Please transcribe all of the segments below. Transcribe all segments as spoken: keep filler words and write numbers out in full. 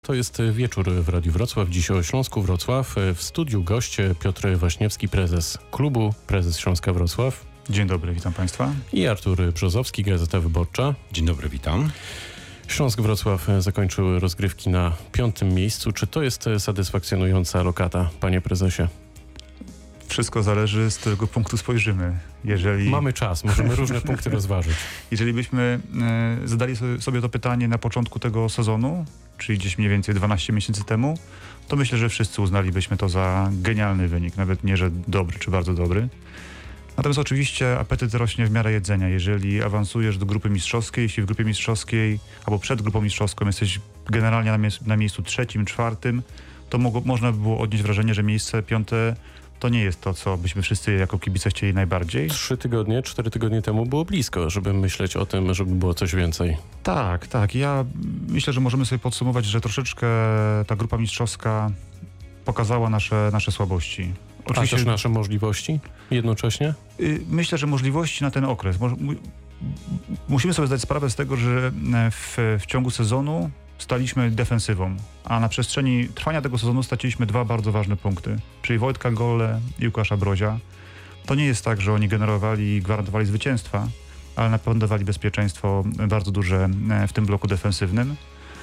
To jest wieczór w Radiu Wrocław, dziś o Śląsku Wrocław. W studiu goście Piotr Waśniewski, prezes klubu, prezes Śląska Wrocław. Dzień dobry, witam Państwa. I Artur Brzozowski, Gazeta Wyborcza. Dzień dobry, witam. Śląsk Wrocław zakończył rozgrywki na piątym miejscu. Czy to jest satysfakcjonująca lokata, panie prezesie? Wszystko zależy, z którego punktu spojrzymy. Jeżeli... Mamy czas, możemy różne punkty rozważyć. Jeżeli byśmy e, zadali sobie to pytanie na początku tego sezonu, czyli gdzieś mniej więcej dwanaście miesięcy temu, to myślę, że wszyscy uznalibyśmy to za genialny wynik. Nawet nie, że dobry czy bardzo dobry. Natomiast oczywiście apetyt rośnie w miarę jedzenia. Jeżeli awansujesz do grupy mistrzowskiej, jeśli w grupie mistrzowskiej albo przed grupą mistrzowską jesteś generalnie na, mie- na miejscu trzecim, czwartym, to mogło, można by było odnieść wrażenie, że miejsce piąte to nie jest to, co byśmy wszyscy jako kibice chcieli najbardziej. Trzy tygodnie, cztery tygodnie temu było blisko, żeby myśleć o tym, żeby było coś więcej. Tak, tak. Ja myślę, że możemy sobie podsumować, że troszeczkę ta grupa mistrzowska pokazała nasze, nasze słabości. Oczywiście, a też nasze możliwości jednocześnie? Myślę, że możliwości na ten okres. Musimy sobie zdać sprawę z tego, że w, w ciągu sezonu staliśmy defensywą, a na przestrzeni trwania tego sezonu straciliśmy dwa bardzo ważne punkty, czyli Wojtka Golle i Łukasza Brozia. To nie jest tak, że oni generowali i gwarantowali zwycięstwa, ale na pewno dawali bezpieczeństwo bardzo duże w tym bloku defensywnym.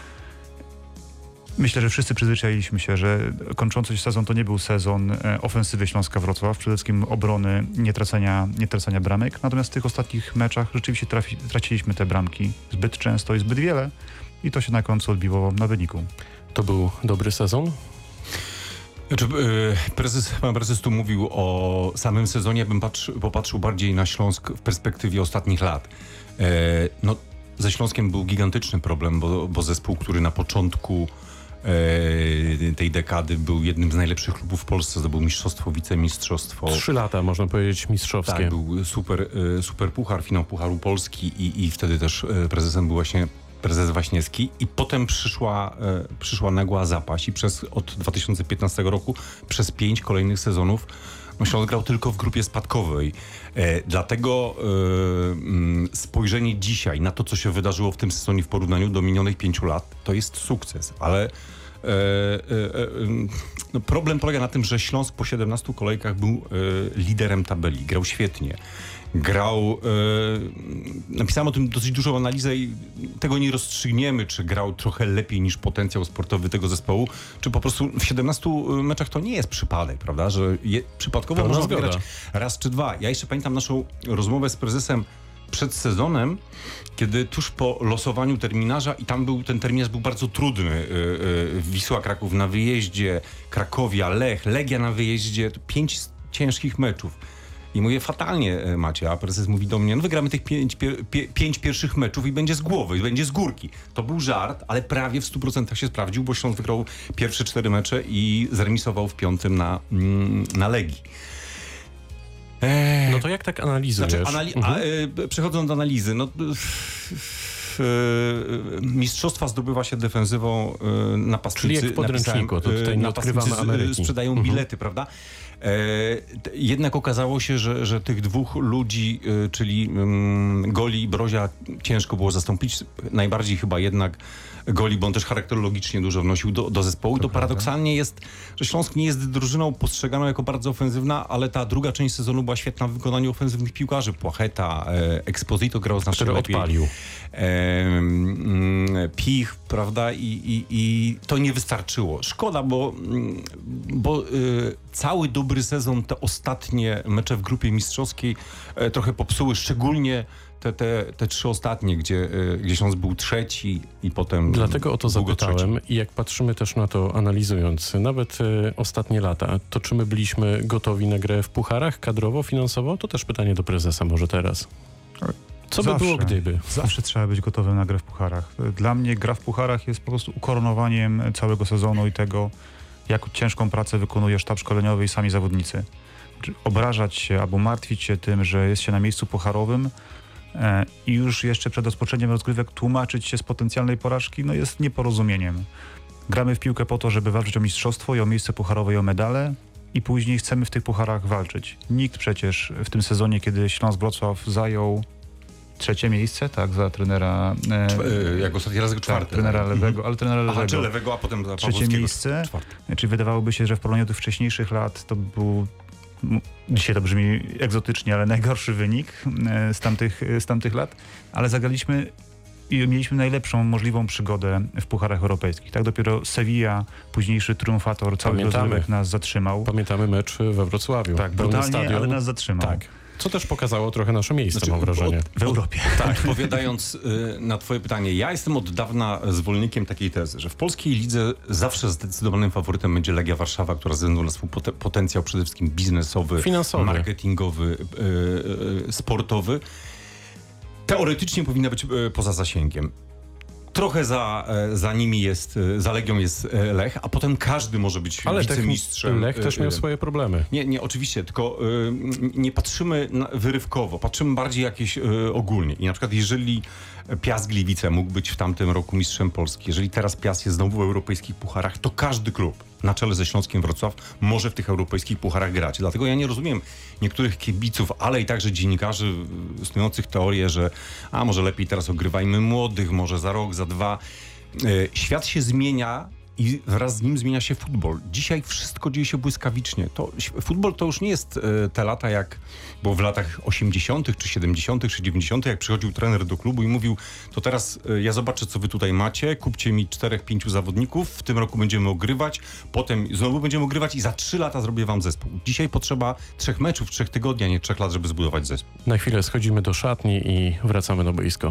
Myślę, że wszyscy przyzwyczailiśmy się, że kończący się sezon to nie był sezon ofensywy Śląska Wrocław, przede wszystkim obrony, nie tracenia, nie tracenia bramek. Natomiast w tych ostatnich meczach rzeczywiście trafi, traciliśmy te bramki zbyt często i zbyt wiele i to się na końcu odbiło na wyniku. To był dobry sezon? Znaczy, prezes, pan prezes tu mówił o samym sezonie, bym patrzy, popatrzył bardziej na Śląsk w perspektywie ostatnich lat. E, no, ze Śląskiem był gigantyczny problem, bo, bo zespół, który na początku e, tej dekady był jednym z najlepszych klubów w Polsce, zdobył mistrzostwo, wicemistrzostwo. Trzy lata, można powiedzieć, mistrzowskie. Tak, był super, super puchar, finał Pucharu Polski i, i wtedy też prezesem był właśnie prezes Waśniewski i potem przyszła, e, przyszła nagła zapaść i przez, od dwa tysiące piętnastego roku przez pięć kolejnych sezonów no, Śląsk grał tylko w grupie spadkowej. E, dlatego e, m, spojrzenie dzisiaj na to, co się wydarzyło w tym sezonie w porównaniu do minionych pięciu lat, to jest sukces, ale e, e, e, no, problem polega na tym, że Śląsk po siedemnastu kolejkach był e, liderem tabeli, grał świetnie. Grał, e, napisałem o tym dosyć dużą analizę i tego nie rozstrzygniemy, czy grał trochę lepiej niż potencjał sportowy tego zespołu, czy po prostu w siedemnastu meczach to nie jest przypadek, prawda, że je, przypadkowo Pełna można zgoda. wygrać raz czy dwa. Ja jeszcze pamiętam naszą rozmowę z prezesem przed sezonem, kiedy tuż po losowaniu terminarza i tam był, ten terminarz był bardzo trudny. Yy, yy, Wisła Kraków na wyjeździe, Krakowia, Lech, Legia na wyjeździe, pięć ciężkich meczów. I mówię, fatalnie macie, a prezes mówi do mnie, no wygramy tych pięć, pier, pie, pięć pierwszych meczów i będzie z głowy, będzie z górki. To był żart, ale prawie w stu procentach się sprawdził, bo Śląsk wygrał pierwsze cztery mecze i zremisował w piątym na, mm, na Legii. Eee, no to jak tak analizujesz? Znaczy, anali- mhm. a, y, przechodząc do analizy, no... Y, y, mistrzostwa zdobywa się defensywą, y, napastnicy... Czyli jak w podręczniku, to tutaj nie odkrywamy Ameryki. Sprzedają mhm. bilety, prawda? E, t, jednak okazało się, że, że tych dwóch ludzi, y, czyli y, Goli i Brozia, ciężko było zastąpić. Najbardziej chyba jednak Goli, bo on też charakterologicznie dużo wnosił do, do zespołu. To, to paradoksalnie jest, że Śląsk nie jest drużyną postrzeganą jako bardzo ofensywna, ale ta druga część sezonu była świetna w wykonaniu ofensywnych piłkarzy. Płacheta, e, Exposito grał znacznie który lepiej. odpalił. E, mm, Pich, prawda? I, i, I to nie wystarczyło. Szkoda, bo, bo y, cały dobry sezon, te ostatnie mecze w grupie mistrzowskiej e, trochę popsuły, szczególnie Te, te, te trzy ostatnie, gdzie, gdzie Śląsk był trzeci i potem... Dlatego o to zapytałem trzeci. i jak patrzymy też na to, analizując nawet y, ostatnie lata, to czy my byliśmy gotowi na grę w pucharach kadrowo, finansowo? To też pytanie do prezesa może teraz. Co zawsze, by było gdyby? Zawsze trzeba być gotowym na grę w pucharach. Dla mnie gra w pucharach jest po prostu ukoronowaniem całego sezonu i tego, jak ciężką pracę wykonuje sztab szkoleniowy i sami zawodnicy. Obrażać się albo martwić się tym, że jest się na miejscu pucharowym, i już jeszcze przed rozpoczęciem rozgrywek tłumaczyć się z potencjalnej porażki, no jest nieporozumieniem. Gramy w piłkę po to, żeby walczyć o mistrzostwo i o miejsce pucharowe i o medale i później chcemy w tych pucharach walczyć. Nikt przecież w tym sezonie, kiedy Śląsk Wrocław zajął trzecie miejsce, tak, za trenera... E, Cz- jak ostatni raz czwarte. tak, trenera tak. lewego, ale trenera lewego. Aha, czy lewego, a potem Trzecie miejsce. Czwarte. Czyli wydawałoby się, że w porównaniu do tych wcześniejszych lat to był... Dzisiaj to brzmi egzotycznie, ale najgorszy wynik e, z tamtych, z tamtych lat. Ale zagraliśmy i mieliśmy najlepszą możliwą przygodę w pucharach europejskich. Tak, dopiero Sevilla, późniejszy triumfator całych rozgrywek nas zatrzymał. Pamiętamy mecz we Wrocławiu. Tak, Pełny brutalnie, stadion. ale nas zatrzymał. Tak. Co też pokazało trochę nasze miejsce, Znaczy, mam wrażenie. od- W Europie. Tak, odpowiadając y, na twoje pytanie, ja jestem od dawna zwolennikiem takiej tezy, że w polskiej lidze zawsze zdecydowanym faworytem będzie Legia Warszawa, która ze względu na swój pote- potencjał przede wszystkim biznesowy, Finansowy. marketingowy, y, y, sportowy, teoretycznie powinna być y, poza zasięgiem. Trochę za, e, za nimi jest, e, za Legią jest e, Lech, a potem każdy może być Ale wicemistrzem. Lech też miał e, swoje problemy. Nie, nie, oczywiście, tylko y, nie patrzymy na, wyrywkowo, patrzymy bardziej jakieś y, ogólnie. I na przykład jeżeli Piast Gliwice mógł być w tamtym roku mistrzem Polski, jeżeli teraz Piast jest znowu w europejskich pucharach, to każdy klub na czele ze Śląskiem Wrocław może w tych europejskich pucharach grać. Dlatego ja nie rozumiem niektórych kibiców, ale i także dziennikarzy y, snujących teorię, że a może lepiej teraz ogrywajmy młodych, może za rok, za dwa. Y, świat się zmienia i wraz z nim zmienia się futbol. Dzisiaj wszystko dzieje się błyskawicznie. To, futbol to już nie jest e, te lata, jak było w latach osiemdziesiątych, czy siedemdziesiątych, czy dziewięćdziesiątych, jak przychodził trener do klubu i mówił, to teraz e, ja zobaczę, co wy tutaj macie, kupcie mi czterech, pięciu zawodników, w tym roku będziemy ogrywać, potem znowu będziemy ogrywać i za trzy lata zrobię wam zespół. Dzisiaj potrzeba trzech meczów, trzech tygodni, a nie trzech lat, żeby zbudować zespół. Na chwilę schodzimy do szatni i wracamy na boisko.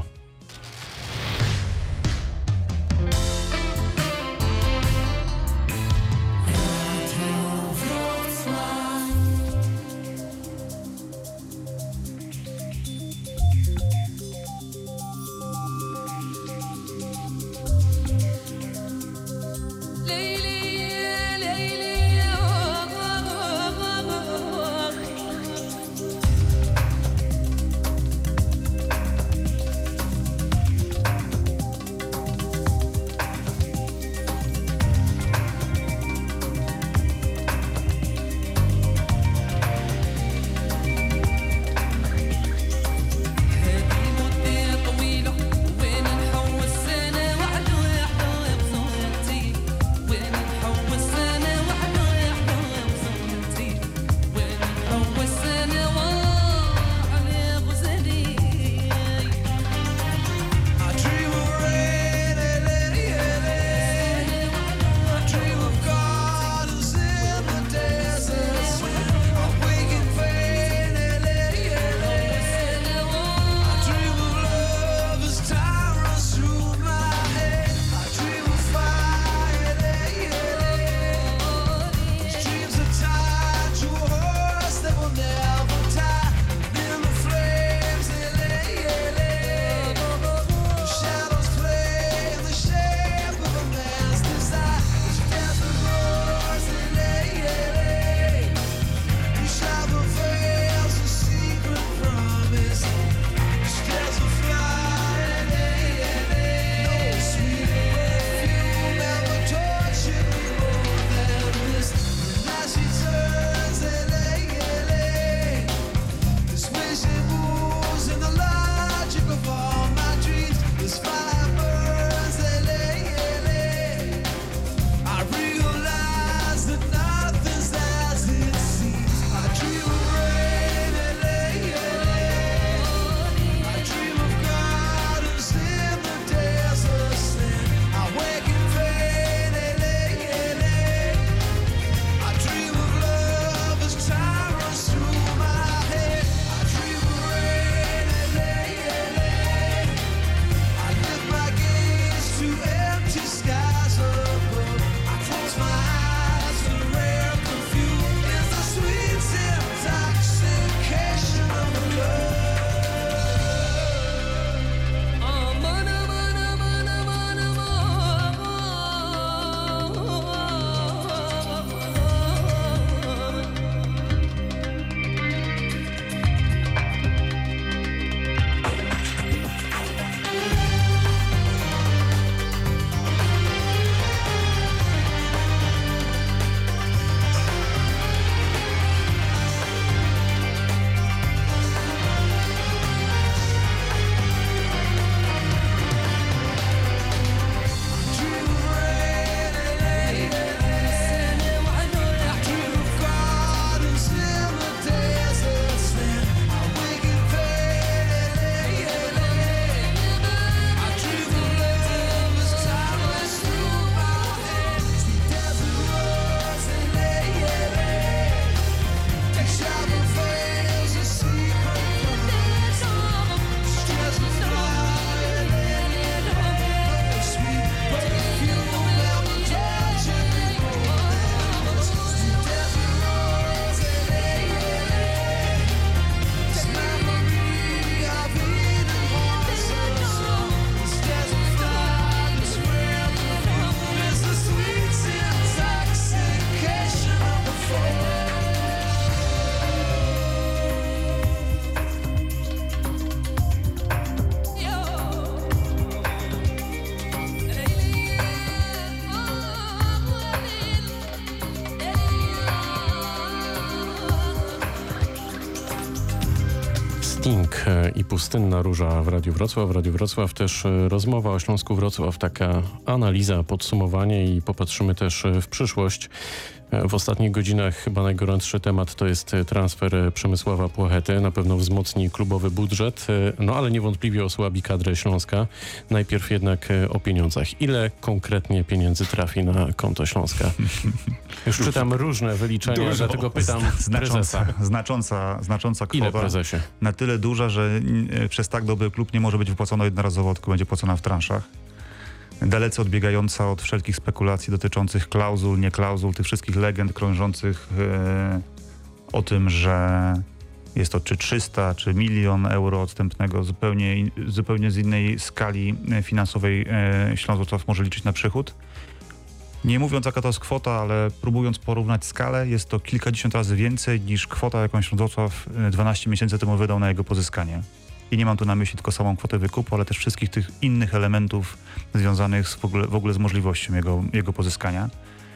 Sting i Pustynna Róża w Radiu Wrocław. W Radiu Wrocław też rozmowa o Śląsku Wrocław, taka analiza, podsumowanie i popatrzymy też w przyszłość. W ostatnich godzinach chyba najgorętszy temat to jest transfer Przemysława Płochety. Na pewno wzmocni klubowy budżet, no ale niewątpliwie osłabi kadrę Śląska. Najpierw jednak o pieniądzach. Ile konkretnie pieniędzy trafi na konto Śląska? Już czytam różne wyliczenia, Dużo. dlatego pytam Znacząca, prezesa. znacząca, znacząca kwota. Ile, prezesie? Na tyle duża, że y, przez tak dobry klub nie może być wypłacona jednorazowo, tylko będzie płacona w transzach. Dalece odbiegająca od wszelkich spekulacji dotyczących klauzul, nie klauzul, tych wszystkich legend krążących y, o tym, że jest to czy trzysta, czy milion euro odstępnego, zupełnie, in, zupełnie z innej skali finansowej y, Śląsk Wrocław może liczyć na przychód. Nie mówiąc jaka to jest kwota, ale próbując porównać skalę, jest to kilkadziesiąt razy więcej niż kwota, jaką Śląsk Wrocław dwanaście miesięcy temu wydał na jego pozyskanie. I nie mam tu na myśli tylko samą kwotę wykupu, ale też wszystkich tych innych elementów związanych z w, ogóle, w ogóle z możliwością jego, jego pozyskania.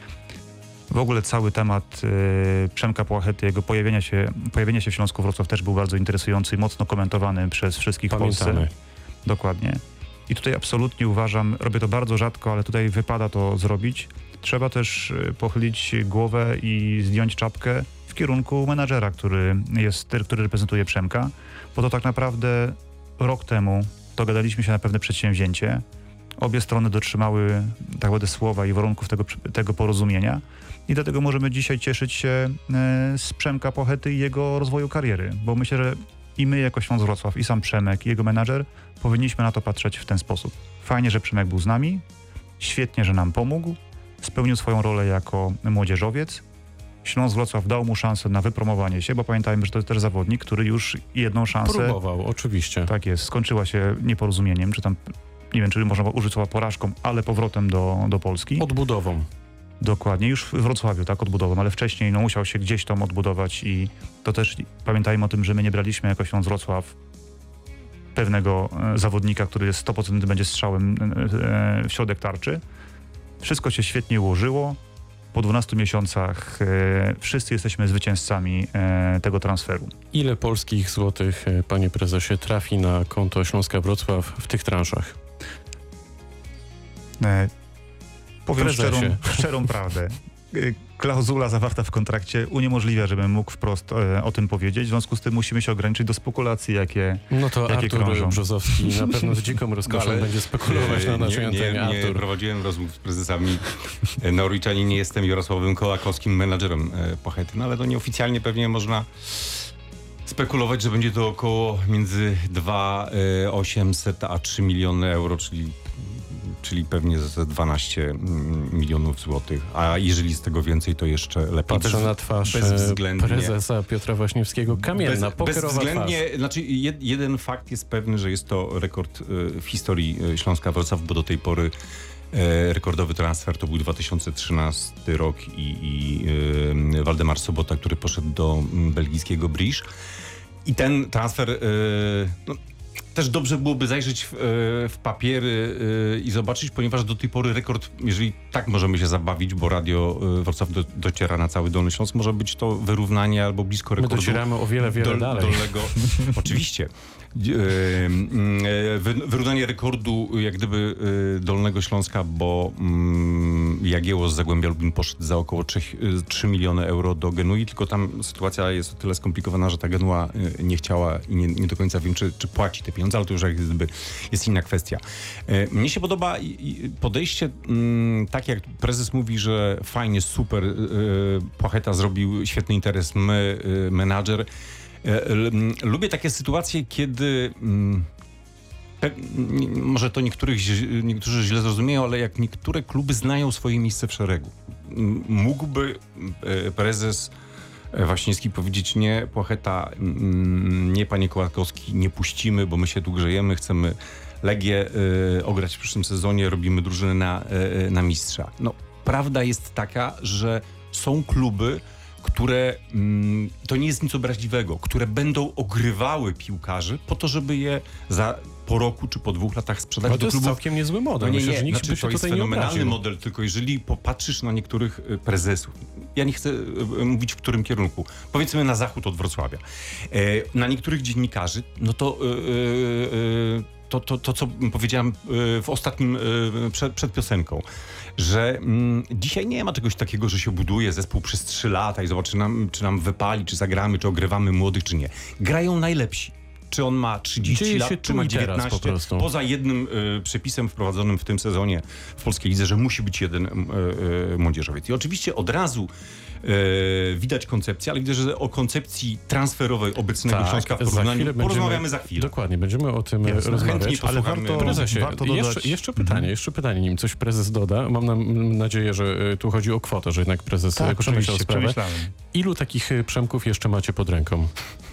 W ogóle cały temat y, Przemka Płochety, jego pojawienia się, pojawienia się w Śląsku Wrocław też był bardzo interesujący i mocno komentowany przez wszystkich w Pamiętamy. Polsce. Dokładnie. I tutaj absolutnie uważam, robię to bardzo rzadko, ale tutaj wypada to zrobić. Trzeba też y, pochylić głowę i zdjąć czapkę w kierunku menadżera, który jest, który reprezentuje Przemka, bo to tak naprawdę rok temu dogadaliśmy się na pewne przedsięwzięcie. Obie strony dotrzymały tak naprawdę słowa i warunków tego, tego porozumienia i dlatego możemy dzisiaj cieszyć się e, z Przemka Płochety i jego rozwoju kariery, bo myślę, że i my jako Śląsk Wrocław, i sam Przemek, i jego menadżer powinniśmy na to patrzeć w ten sposób. Fajnie, że Przemek był z nami, świetnie, że nam pomógł, spełnił swoją rolę jako młodzieżowiec. Śląsk Wrocław dał mu szansę na wypromowanie się, bo pamiętajmy, że to jest też zawodnik, który już jedną szansę... Próbował, oczywiście. Tak jest, skończyła się nieporozumieniem, czy tam, nie wiem, czy można użyć słowa porażką, ale powrotem do, do Polski. Odbudową. Dokładnie, już w Wrocławiu, tak, odbudową, ale wcześniej no, musiał się gdzieś tam odbudować i to też pamiętajmy o tym, że my nie braliśmy jako Śląsk Wrocław pewnego e, zawodnika, który jest sto procent będzie strzałem e, w środek tarczy. Wszystko się świetnie ułożyło. Po dwunastu miesiącach e, wszyscy jesteśmy zwycięzcami e, tego transferu. Ile polskich złotych, e, panie prezesie, trafi na konto Śląska Wrocław w tych transzach? E, powiem Prezesie. szczerą, szczerą prawdę. E, klauzula zawarta w kontrakcie uniemożliwia, żebym mógł wprost e, o tym powiedzieć. W związku z tym musimy się ograniczyć do spekulacji, jakie No to jakie Artur krążą. Brzozowski na pewno z dziką rozkoszą Ale, będzie spekulować na naszej nie, antenie. nie, nie Artur. prowadziłem rozmów z prezesami Norwiczani, nie jestem Jarosławem Kołakowskim, menadżerem e, Płochety, no ale to nieoficjalnie pewnie można spekulować, że będzie to około między dwa tysiące osiemset a trzy miliony euro, czyli czyli pewnie ze dwanaście milionów złotych, a jeżeli z tego więcej, to jeszcze lepiej. Patrzę na twarz bezwzględnie, prezesa Piotra Waśniewskiego. Kamienna, bez, pokerowa bezwzględnie, twarz. znaczy jed, jeden fakt jest pewny, że jest to rekord y, w historii y, Śląska Wrocław, bo do tej pory y, rekordowy transfer to był dwa tysiące trzynasty rok i, i y, Waldemar Sobota, który poszedł do y, belgijskiego Brisz. I ten transfer y, no, też dobrze byłoby zajrzeć w, w papiery i zobaczyć, ponieważ do tej pory rekord, jeżeli tak możemy się zabawić, bo Radio Wrocław do, dociera na cały Dolny Śląsk, może być to wyrównanie albo blisko rekordu. My docieramy o wiele, wiele dol, dalej. Dolnego, oczywiście. Wyrównanie rekordu jak gdyby Dolnego Śląska, bo Jagiełło z Zagłębia Lubin poszedł za około trzy miliony euro do Genui, tylko tam sytuacja jest o tyle skomplikowana, że ta Genua nie chciała i nie, nie do końca wiem, czy, czy płaci te pieniądze, ale to już jak gdyby jest inna kwestia. Mnie się podoba podejście, tak jak prezes mówi, że fajnie, super, Płocheta zrobił świetny interes, my, menadżer. Lubię takie sytuacje, kiedy może to niektórych, niektórzy źle zrozumieją, ale jak niektóre kluby znają swoje miejsce w szeregu. Mógłby prezes Waśniewski powiedzieć: nie, Płocheta, nie, panie Kołakowski, nie puścimy, bo my się tu grzejemy, chcemy Legię ograć w przyszłym sezonie, robimy drużynę na, na mistrza. No, prawda jest taka, że są kluby, które, mm, to nie jest nic obraźliwego, które będą ogrywały piłkarzy po to, żeby je za po roku czy po dwóch latach sprzedać Ale do to klubów. jest całkiem niezły model. No nie, Myślę, nie, że nikt znaczy, by się to jest tutaj nie fenomenalny obraził. model, tylko jeżeli popatrzysz na niektórych prezesów, ja nie chcę e, mówić w którym kierunku, powiedzmy na zachód od Wrocławia. E, na niektórych dziennikarzy, no to e, e, To, to, to, co powiedziałem w ostatnim, przed, przed piosenką, że mm, dzisiaj nie ma czegoś takiego, że się buduje zespół przez trzy lata i zobaczy, czy nam, czy nam wypali, czy zagramy, czy ogrywamy młodych, czy nie. Grają najlepsi. Czy on ma trzydzieści Dzieje lat, się czy ma dziewiętnaście. po prostu. Poza jednym y, przepisem wprowadzonym w tym sezonie w Polskiej Lidze, że musi być jeden y, y, młodzieżowiec. I oczywiście od razu y, widać koncepcję, ale widzę, że o koncepcji transferowej obecnego tak, Śląska w za porównaniu chwilę będziemy, porozmawiamy za chwilę. Dokładnie, będziemy o tym Jasne, rozmawiać. chętnie Ale posłuchamy. warto, Prezesie, warto dodać... jeszcze, jeszcze pytanie, Mhm. jeszcze pytanie, nim coś prezes doda. Mam na, nadzieję, że y, tu chodzi o kwotę, że jednak prezes Tak, przemyślał oczywiście, sprawę. przemyślałem. Ilu takich y, Przemków jeszcze macie pod ręką?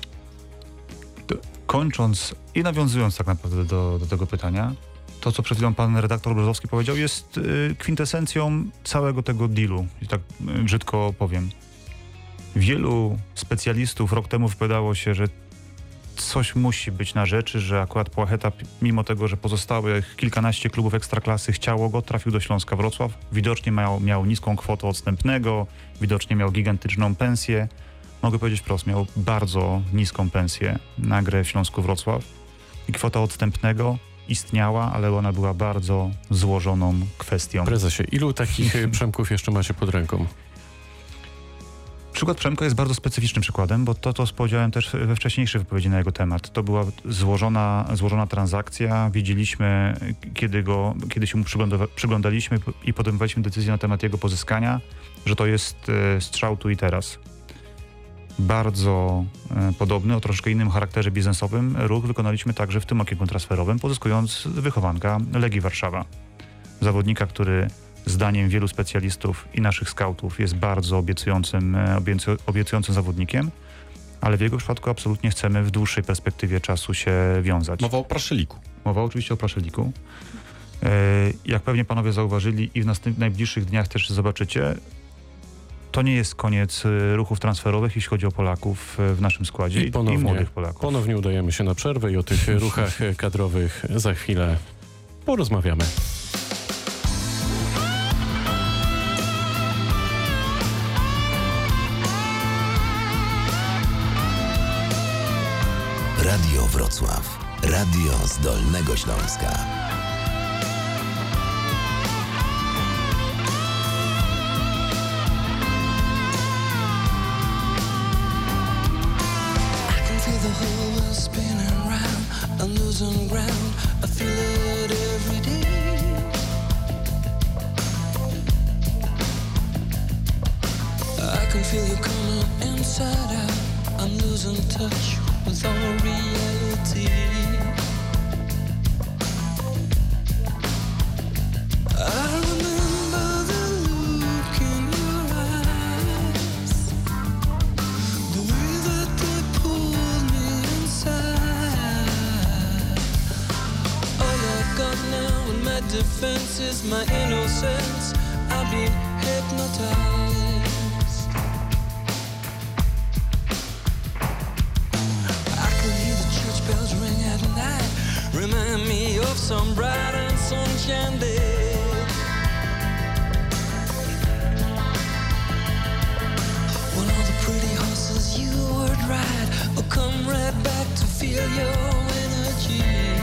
Kończąc i nawiązując tak naprawdę do, do tego pytania, to, co przed chwilą pan redaktor Brzozowski powiedział, jest y, kwintesencją całego tego dealu, i tak y, brzydko powiem. Wielu specjalistów rok temu wypowiadało się, że coś musi być na rzeczy, że akurat Płacheta, mimo tego, że pozostałych kilkanaście klubów ekstraklasy chciało go, trafił do Śląska Wrocław. Widocznie miał, miał niską kwotę odstępnego, widocznie miał gigantyczną pensję. Mogę powiedzieć wprost, miał bardzo niską pensję na grę w Śląsku Wrocław i kwota odstępnego istniała, ale ona była bardzo złożoną kwestią. Prezesie, ilu takich y, Przemków jeszcze macie pod ręką? Przykład Przemka jest bardzo specyficznym przykładem, bo to, to powiedziałem też we wcześniejszej wypowiedzi na jego temat. To była złożona, złożona transakcja. Wiedzieliśmy, kiedy, go, kiedy się mu przygląda, przyglądaliśmy i podejmowaliśmy decyzję na temat jego pozyskania, że to jest e, strzał tu i teraz. Bardzo e, podobny, o troszkę innym charakterze biznesowym ruch wykonaliśmy także w tym okienku transferowym, pozyskując wychowanka Legii Warszawa. Zawodnika, który zdaniem wielu specjalistów i naszych skautów jest bardzo obiecującym, obiecu, obiecującym zawodnikiem, ale w jego przypadku absolutnie chcemy w dłuższej perspektywie czasu się wiązać. Mowa o Praszeliku. Mowa oczywiście o Praszeliku. E, jak pewnie panowie zauważyli i w następnych najbliższych dniach też zobaczycie, to nie jest koniec ruchów transferowych, jeśli chodzi o Polaków w naszym składzie i, ponownie, i młodych Polaków. Ponownie udajemy się na przerwę i o tych ruchach kadrowych za chwilę porozmawiamy. Radio Wrocław. Radio z Dolnego Śląska. Feel you coming inside out. I'm losing touch with all reality. I remember the look in your eyes, the way that they pulled me inside. All I've got now in my defense is my innocence. I've been hypnotized. Bells ring at night, remind me of some bright and sunshine day. When all the pretty horses you would ride will come right back to feel your energy.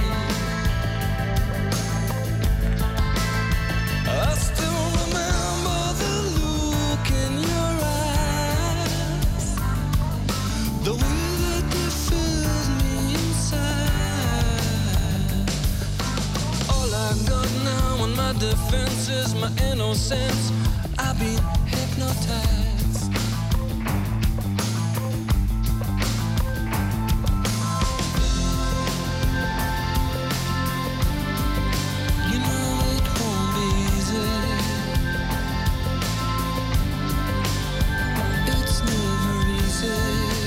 I still remember the look in your eyes, the way that they filled me inside. All I got now on my defense is my innocence. I've been hypnotized. You know it won't be easy. It's never easy.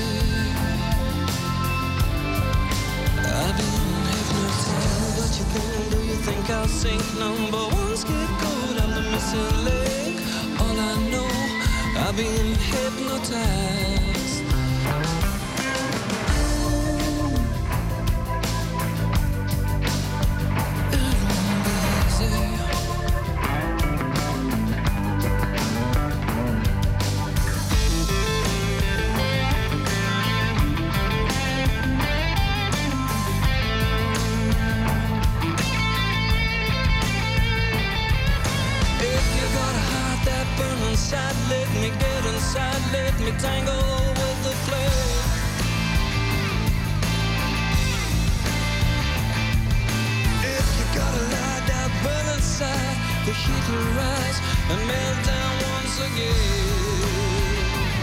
I've been hypnotized, but you think, do you think I'll sink? Number one scapegoat, I'm the missing link. All I know, I've been hypnotized. It won't be easy. inside, let me get inside, let me tangle with the flame. If you gotta lie down, burn inside, the heat will rise and melt down once again.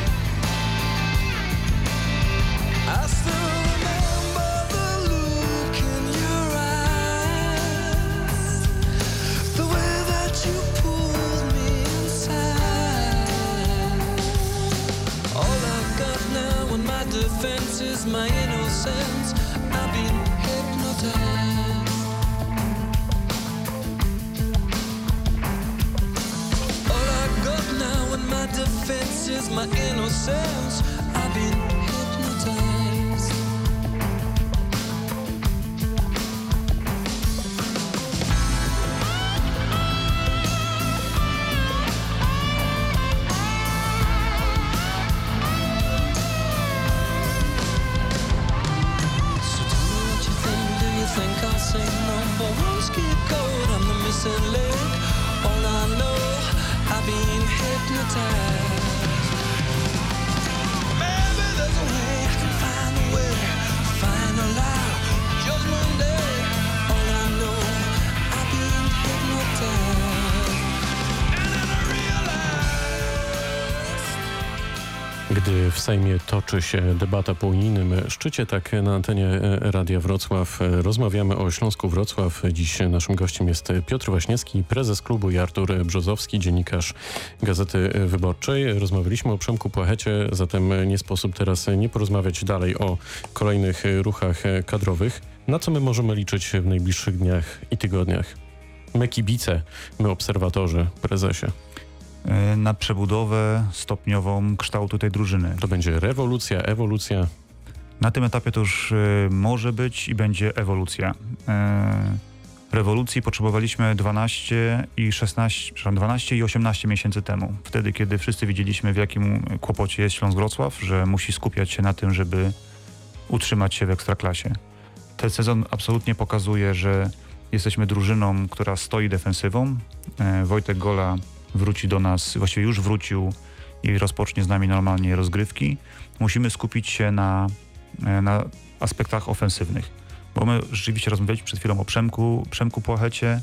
I still remember the look in your eyes, the way that you pulled me inside. All I've got now in my defense is my innocence. I've been hypnotized. All I've got now in my defense is my innocence. I've been hypnotized. So tell me what you think. Do you think I'll sing number one? Skip code, I'm the missing link. All I know, I've been hypnotized. Maybe there's a way I can find a way, find a lie, judgment day. All I know, I've been hypnotized. And then I realized. Gdy w Sejmie toczy się debata po unijnym szczycie, tak na antenie Radia Wrocław rozmawiamy o Śląsku Wrocław. Dziś naszym gościem jest Piotr Waśniewski, prezes klubu, i Artur Brzozowski, dziennikarz Gazety Wyborczej. Rozmawialiśmy o Przemku Płachecie, zatem nie sposób teraz nie porozmawiać dalej o kolejnych ruchach kadrowych. Na co my możemy liczyć w najbliższych dniach i tygodniach? My kibice, my obserwatorzy, prezesie. Na przebudowę stopniową kształtu tej drużyny. To będzie rewolucja, ewolucja. Na tym etapie to już y, może być i będzie ewolucja. Y, rewolucji potrzebowaliśmy dwanaście i szesnaście, przepraszam, dwanaście i osiemnaście miesięcy temu. Wtedy, kiedy wszyscy widzieliśmy, w jakim kłopocie jest Śląsk Wrocław, że musi skupiać się na tym, żeby utrzymać się w Ekstraklasie. Ten sezon absolutnie pokazuje, że jesteśmy drużyną, która stoi defensywą. Y, Wojtek Gola wróci do nas, właściwie już wrócił i rozpocznie z nami normalnie rozgrywki. Musimy skupić się na, na aspektach ofensywnych. Bo my rzeczywiście rozmawialiśmy przed chwilą o Przemku, Przemku Płachecie,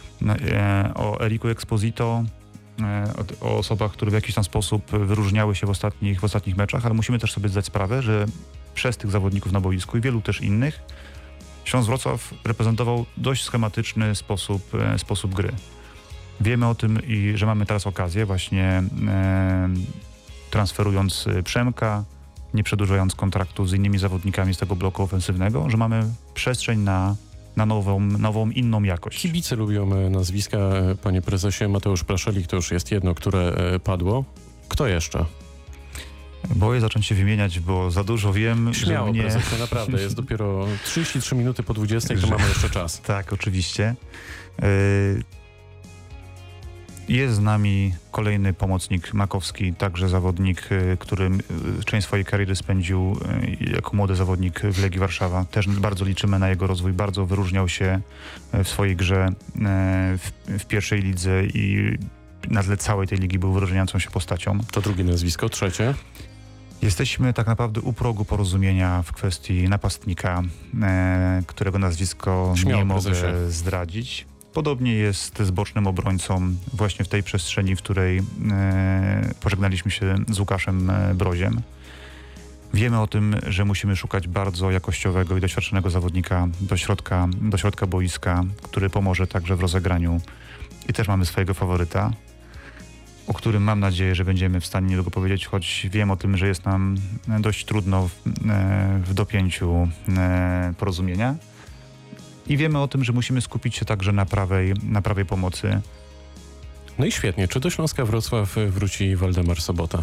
o Eriku Exposito, o, o osobach, które w jakiś tam sposób wyróżniały się w ostatnich, w ostatnich meczach, ale musimy też sobie zdać sprawę, że przez tych zawodników na boisku i wielu też innych Śląsk Wrocław reprezentował dość schematyczny sposób, sposób gry. Wiemy o tym, i że mamy teraz okazję, właśnie e, transferując Przemka, nie przedłużając kontraktu z innymi zawodnikami z tego bloku ofensywnego, że mamy przestrzeń na, na nową, nową, inną jakość. Kibice lubią nazwiska, panie prezesie. Mateusz Praszelik to już jest jedno, które padło. Kto jeszcze? Boję zacząć się wymieniać, bo za dużo wiem. Śmiało, mnie... prezesie, naprawdę. Jest dopiero trzydzieści trzy minuty po dwudziestej, to mamy jeszcze czas. Tak, oczywiście. Y Jest z nami kolejny pomocnik Makowski, także zawodnik, który część swojej kariery spędził jako młody zawodnik w Legii Warszawa. Też bardzo liczymy na jego rozwój. Bardzo wyróżniał się w swojej grze w, w pierwszej lidze i na tle całej tej ligi był wyróżniającą się postacią. To drugie nazwisko, trzecie. Jesteśmy tak naprawdę u progu porozumienia w kwestii napastnika, którego nazwisko Śmiało, nie mogę prezesie. zdradzić. Podobnie jest z bocznym obrońcą właśnie w tej przestrzeni, w której e, pożegnaliśmy się z Łukaszem Broziem. Wiemy o tym, że musimy szukać bardzo jakościowego i doświadczonego zawodnika do środka, do środka boiska, który pomoże także w rozegraniu. I też mamy swojego faworyta, o którym mam nadzieję, że będziemy w stanie niedługo powiedzieć, choć wiem o tym, że jest nam dość trudno w, e, w dopięciu e, porozumienia. I wiemy o tym, że musimy skupić się także na prawej, na prawej pomocy. No i świetnie. Czy do Śląska Wrocław wróci Waldemar Sobota?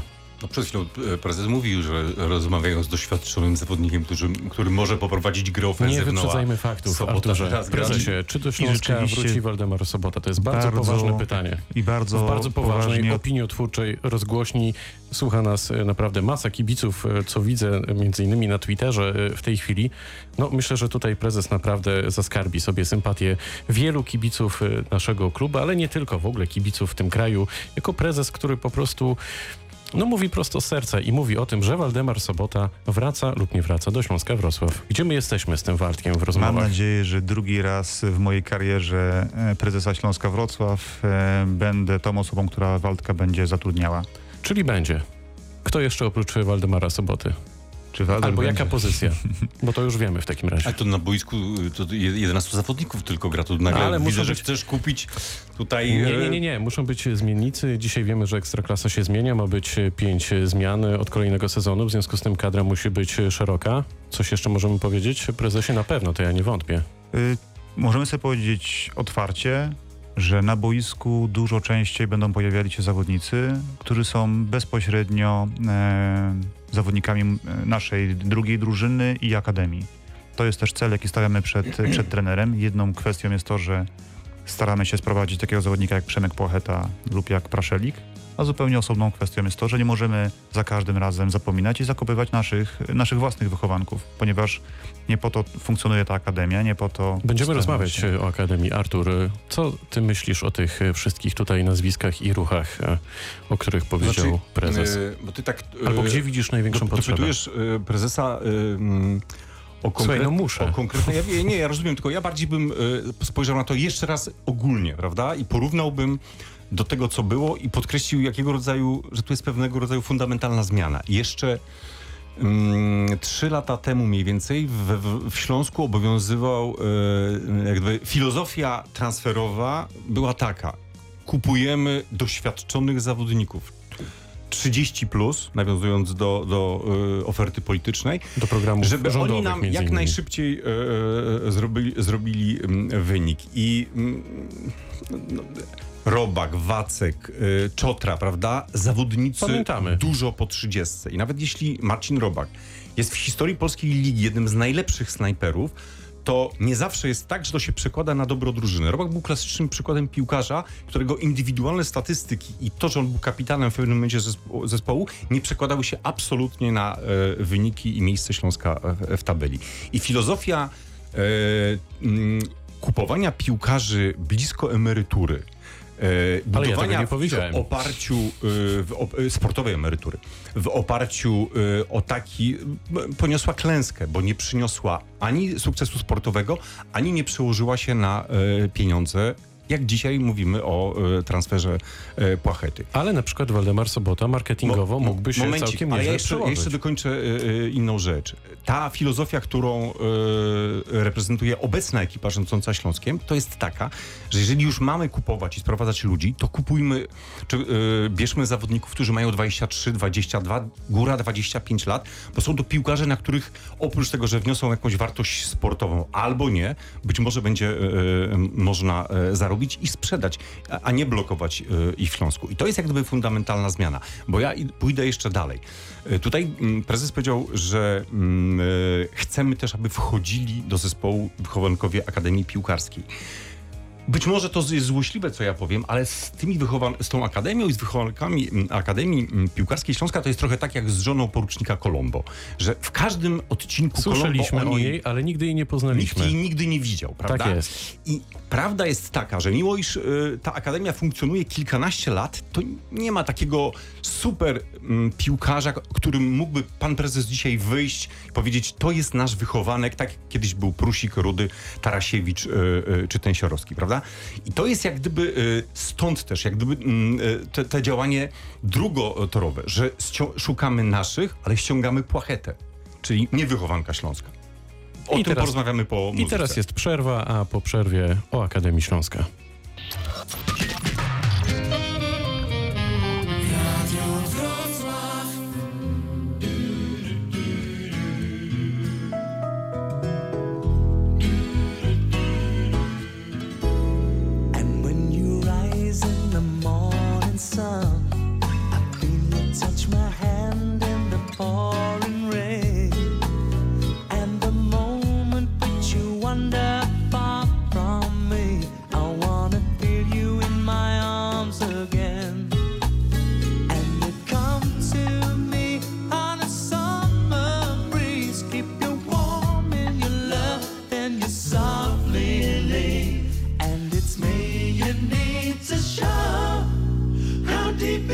No, przed chwilą prezes mówił, że rozmawiają z doświadczonym zawodnikiem, który, który może poprowadzić grę ofensywną. Nie wyprzedzajmy faktów, Sobota Arturze. teraz gra. Prezesie, czy do Śląska wróci Waldemar Sobota? To jest bardzo, bardzo poważne pytanie. I bardzo, w bardzo poważnej, poważnie... opiniotwórczej rozgłośni słucha nas e, naprawdę masa kibiców, e, co widzę między innymi na Twitterze e, w tej chwili. No myślę, że tutaj prezes naprawdę zaskarbi sobie sympatię wielu kibiców e, naszego klubu, ale nie tylko, w ogóle kibiców w tym kraju. Jako prezes, który po prostu no mówi prosto z serca i mówi o tym, że Waldemar Sobota wraca lub nie wraca do Śląska Wrocław. Gdzie my jesteśmy z tym Waldkiem w rozmowach? Mam nadzieję, że drugi raz w mojej karierze prezesa Śląska Wrocław będę tą osobą, która Waldka będzie zatrudniała. Czyli będzie. Kto jeszcze oprócz Waldemara Soboty? Czy Waldek Albo będzie? jaka pozycja? Bo to już wiemy w takim razie. Ale to na boisku to jedenastu zawodników tylko gra. Tu nagle Ale widzę, muszą że być... chcesz kupić tutaj... Nie, nie, nie, nie. Muszą być zmiennicy. Dzisiaj wiemy, że Ekstraklasa się zmienia. Ma być pięć zmian od kolejnego sezonu. W związku z tym kadra musi być szeroka. Coś jeszcze możemy powiedzieć? Prezesie, na pewno, to ja nie wątpię. Y, możemy sobie powiedzieć otwarcie, że na boisku dużo częściej będą pojawiali się zawodnicy, którzy są bezpośrednio e, zawodnikami naszej drugiej drużyny i akademii. To jest też cel, jaki stawiamy przed, przed trenerem. Jedną kwestią jest to, że staramy się sprowadzić takiego zawodnika jak Przemek Płacheta lub jak Praszelik, a zupełnie osobną kwestią jest to, że nie możemy za każdym razem zapominać i zakopywać naszych, naszych własnych wychowanków, ponieważ nie po to funkcjonuje ta akademia, nie po to... Będziemy rozmawiać się. o Akademii. Artur, co ty myślisz o tych wszystkich tutaj nazwiskach i ruchach, o których powiedział Znaczy, prezes? Yy, bo ty tak, yy, Albo gdzie widzisz największą potrzebę? Dopytujesz yy, prezesa... Yy, O, konkret... Słuchaj, no muszę. o konkretne, ja, nie, ja rozumiem, tylko ja bardziej bym y, spojrzał na to jeszcze raz ogólnie, prawda? I porównałbym do tego, co było i podkreślił, jakiego rodzaju, że tu jest pewnego rodzaju fundamentalna zmiana. I jeszcze mm, trzy lata temu mniej więcej w, w, w Śląsku obowiązywał y, jakby filozofia transferowa była taka. Kupujemy doświadczonych zawodników. trzydzieści plus, nawiązując do, do y, oferty politycznej, Do programów żeby oni rządowych nam między jak innymi. najszybciej y, y, zrobili, zrobili y, wynik. I y, no, Robak, Wacek, y, Czotra, prawda? Zawodnicy Pamiętamy. dużo po trzydziestce. I nawet jeśli Marcin Robak jest w historii polskiej ligi jednym z najlepszych snajperów, to nie zawsze jest tak, że to się przekłada na dobro drużyny. Robak był klasycznym przykładem piłkarza, którego indywidualne statystyki i to, że on był kapitanem w pewnym momencie zespo- zespołu, nie przekładały się absolutnie na e, wyniki i miejsce Śląska w, w tabeli. I filozofia e, m, kupowania piłkarzy blisko emerytury, e, Ale ja tego budowania nie powiedziałem. w oparciu e, w op- e, sportowej emerytury, w oparciu e, o taki, m, poniosła klęskę, bo nie przyniosła ani sukcesu sportowego, ani nie przełożyła się na e, pieniądze, jak dzisiaj mówimy o e, transferze e, Płachety. Ale na przykład Waldemar Sobota marketingowo Mo- mógłby się momencik, całkiem ale nieźle ja jeszcze, przełożyć. jeszcze dokończę y, y, inną rzecz. Ta filozofia, którą y, reprezentuje obecna ekipa rządząca Śląskiem, to jest taka, że jeżeli już mamy kupować i sprowadzać ludzi, to kupujmy, czy y, bierzmy zawodników, którzy mają dwadzieścia trzy, dwadzieścia dwa, góra dwadzieścia pięć lat, bo są to piłkarze, na których oprócz tego, że wniosą jakąś wartość sportową albo nie, być może będzie y, y, można y, zarobić i sprzedać, a, a nie blokować y, ich w Śląsku. I to jest jak gdyby fundamentalna zmiana, bo ja i- pójdę jeszcze dalej. Y, Tutaj mm, prezes powiedział, że mm, y, chcemy też, aby wchodzili do zespołu wychowankowie Akademii Piłkarskiej. Być może to jest złośliwe, co ja powiem, ale z tymi wychowan- z tą akademią i z wychowankami mm, Akademii mm, Piłkarskiej Śląska to jest trochę tak jak z żoną porucznika Colombo, że w każdym odcinku Słyszeliśmy Colombo o niej, ale nigdy jej nie nikt poznaliśmy. jej nigdy nie widział, prawda? Tak jest. I prawda jest taka, że mimo iż y, ta akademia funkcjonuje kilkanaście lat, to nie ma takiego super mm, piłkarza, którym mógłby pan prezes dzisiaj wyjść i powiedzieć, to jest nasz wychowanek, tak jak kiedyś był Prusik, Rudy, Tarasiewicz y, y, czy Tensiorowski, prawda? I to jest jak gdyby y, stąd też, jak gdyby mm, y, te, te działanie drugotorowe, że scio- szukamy naszych, ale ściągamy Płachetę, czyli nie wychowanka Śląska. O I tym teraz- porozmawiamy po muzyce. I teraz jest przerwa, a po przerwie o Akademii Śląska. And when you rise in the morning sun, I feel you touch my hand.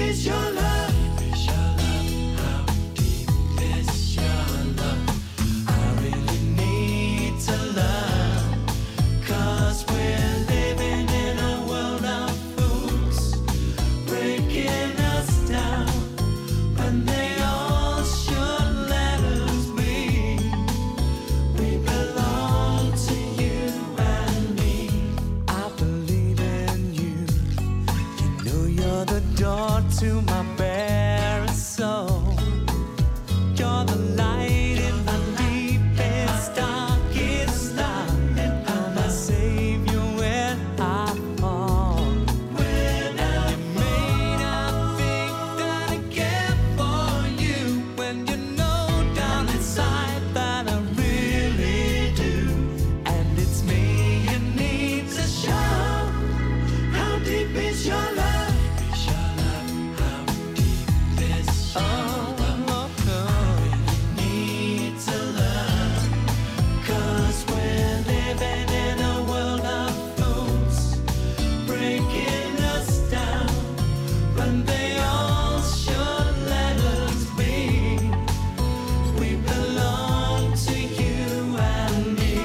is your love? How deep is your love? I really need to learn, 'cause we're living in a world of fools, breaking us down when they all should let us be. We belong to you and me. I believe in you. You know you're the door to my bare soul. You're the light in my deepest, darkest night. I'm my savior when I fall. When I may not think that I care for you, when you know down inside that I really do. And it's me you need to show. How deep is your love? How deep is your love? We need to learn, 'cause we're living in a world of fools, breaking us down when they all should let us be. We belong to you and me.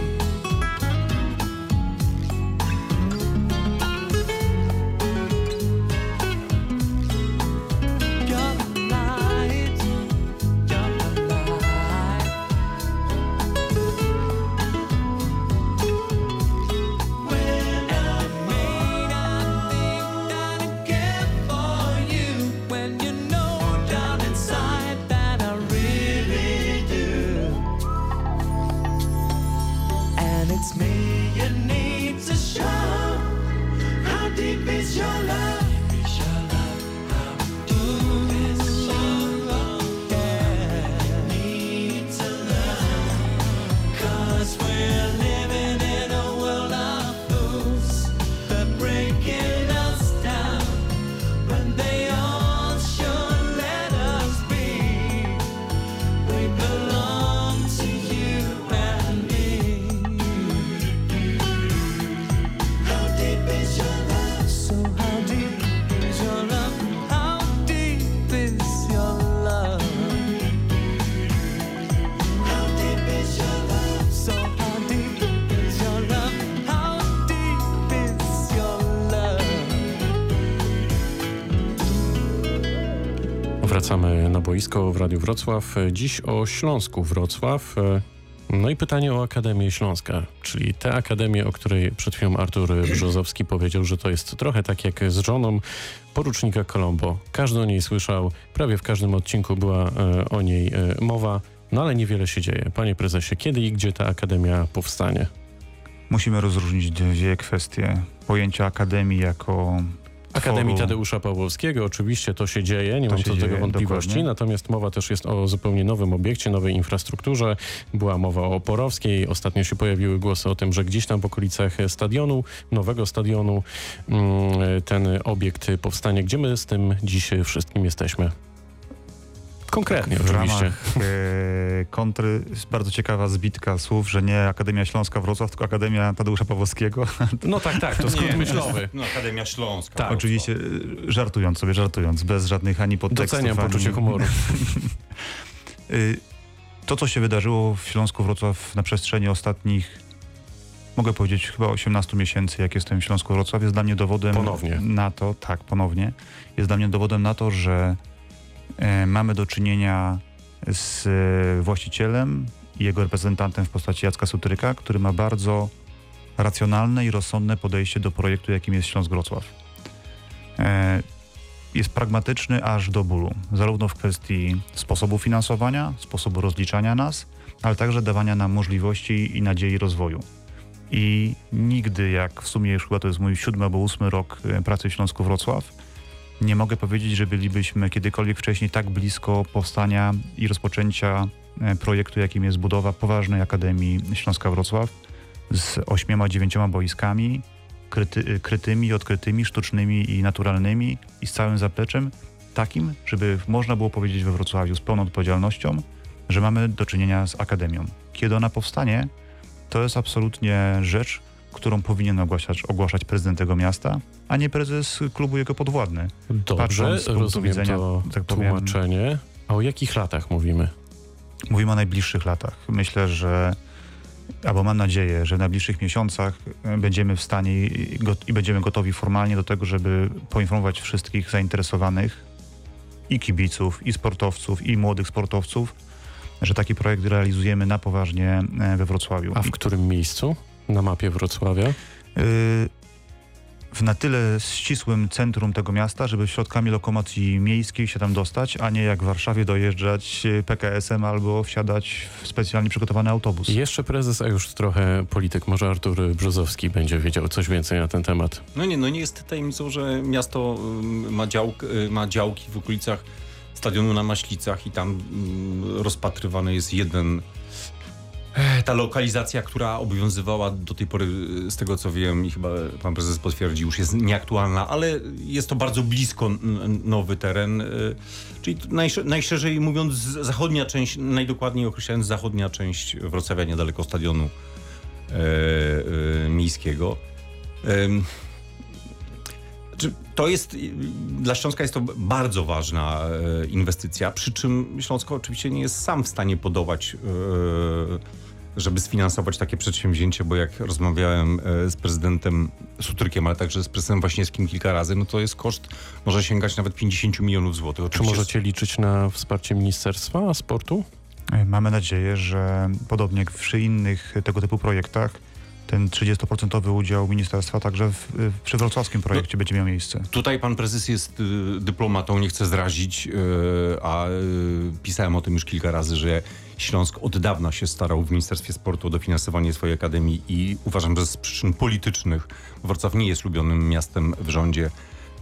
You're the light, you're the light. When I may not think that I care for you, when you know down inside that I really do. And it's me you need to show. How deep is your love? How deep is your love? Yeah. Need to learn, 'cause we're living in a world of fools. They're breaking us down when they all should let us be. We belong to you and me. How deep is your love? So how deep is your love? How deep is your love? How deep is your love? So how deep is your love? How deep is your love? Wracamy na boisko w Radiu Wrocław. Dziś o Śląsku Wrocław. No i pytanie o Akademię Śląska, czyli tę akademię, o której przed chwilą Artur Brzozowski powiedział, że to jest trochę tak jak z żoną porucznika Colombo. Każdy o niej słyszał, prawie w każdym odcinku była e, o niej e, mowa, no ale niewiele się dzieje. Panie prezesie, kiedy i gdzie ta akademia powstanie? Musimy rozróżnić dwie kwestie. Pojęcia akademii jako Akademii tworu- Tadeusza Pawłowskiego, oczywiście to się dzieje, nie To mam się co do tego dzieje, wątpliwości, dokładnie. natomiast mowa też jest o zupełnie nowym obiekcie, nowej infrastrukturze. Była mowa o Oporowskiej, ostatnio się pojawiły głosy o tym, że gdzieś tam w okolicach stadionu, nowego stadionu mm, ten obiekt powstanie. Gdzie my z tym dziś wszystkim jesteśmy? Konkretnie w oczywiście. ramach e, kontry jest bardzo ciekawa zbitka słów, że nie Akademia Śląska Wrocław, tylko Akademia Tadeusza Pawłowskiego. No tak, tak, to skrót myślowy. No, Akademia Śląska. Tak. Oczywiście e, żartując sobie, żartując, bez żadnych ani podtekstów. Doceniam ani... poczucie humoru. Y, To, co się wydarzyło w Śląsku Wrocław na przestrzeni ostatnich, mogę powiedzieć, chyba osiemnastu miesięcy, jak jestem w Śląsku Wrocław, jest dla mnie dowodem Ponownie. na to, tak, ponownie, jest dla mnie dowodem na to, że e, mamy do czynienia z e, właścicielem i jego reprezentantem w postaci Jacka Sutryka, który ma bardzo racjonalne i rozsądne podejście do projektu, jakim jest Śląsk Wrocław. E, jest pragmatyczny aż do bólu, zarówno w kwestii sposobu finansowania, sposobu rozliczania nas, ale także dawania nam możliwości i nadziei rozwoju. I nigdy, jak w sumie już chyba to jest mój siódmy albo ósmy rok e, pracy w Śląsku Wrocław, nie mogę powiedzieć, że bylibyśmy kiedykolwiek wcześniej tak blisko powstania i rozpoczęcia e, projektu, jakim jest budowa poważnej Akademii Śląska Wrocław z ośmioma, dziewięcioma boiskami, kryty, krytymi, odkrytymi, sztucznymi i naturalnymi i z całym zapleczem takim, żeby można było powiedzieć we Wrocławiu z pełną odpowiedzialnością, że mamy do czynienia z Akademią. Kiedy ona powstanie, to jest absolutnie rzecz, którą powinien ogłaszać, ogłaszać prezydent tego miasta, a nie prezes klubu jego podwładny. Dobrze, Patrząc z punktu rozumiem widzenia, to tak powiem, tłumaczenie. A o jakich latach mówimy? Mówimy o najbliższych latach. Myślę, że, albo mam nadzieję, że w najbliższych miesiącach będziemy w stanie i, go, i będziemy gotowi formalnie do tego, żeby poinformować wszystkich zainteresowanych, i kibiców, i sportowców, i młodych sportowców, że taki projekt realizujemy na poważnie we Wrocławiu. A w którym miejscu na mapie Wrocławia? Yy, w na tyle ścisłym centrum tego miasta, żeby środkami lokomocji miejskich się tam dostać, a nie jak w Warszawie dojeżdżać P K S-em albo wsiadać w specjalnie przygotowany autobus. I jeszcze prezes, a już trochę polityk. Może Artur Brzozowski będzie wiedział coś więcej na ten temat. No nie, no nie jest tajemnicą, że miasto y, ma, działk, y, ma działki w okolicach stadionu na Maślicach i tam y, rozpatrywany jest jeden... Ta lokalizacja, która obowiązywała do tej pory, z tego co wiem i chyba pan prezes potwierdzi, już jest nieaktualna, ale jest to bardzo blisko n- nowy teren, y, czyli najsz- najszerzej mówiąc zachodnia część, najdokładniej określając zachodnia część Wrocławia, niedaleko stadionu y, y, miejskiego. Y, To jest, dla Śląska jest to bardzo ważna e, inwestycja, przy czym Śląsko oczywiście nie jest sam w stanie podołać, e, żeby sfinansować takie przedsięwzięcie, bo jak rozmawiałem e, z prezydentem Sutrykiem, ale także z prezydentem Waśniewskim kilka razy, no to jest koszt, może sięgać nawet pięćdziesiąt milionów złotych. Czy możecie liczyć na wsparcie Ministerstwa Sportu? Mamy nadzieję, że podobnie jak przy innych tego typu projektach, ten trzydziestoprocentowy udział ministerstwa także w, przy wrocławskim projekcie no, będzie miał miejsce. Tutaj pan prezes jest y, dyplomatą, nie chcę zrazić, y, a y, pisałem o tym już kilka razy, że Śląsk od dawna się starał w Ministerstwie Sportu o dofinansowanie swojej akademii i uważam, że z przyczyn politycznych Wrocław nie jest lubionym miastem w rządzie.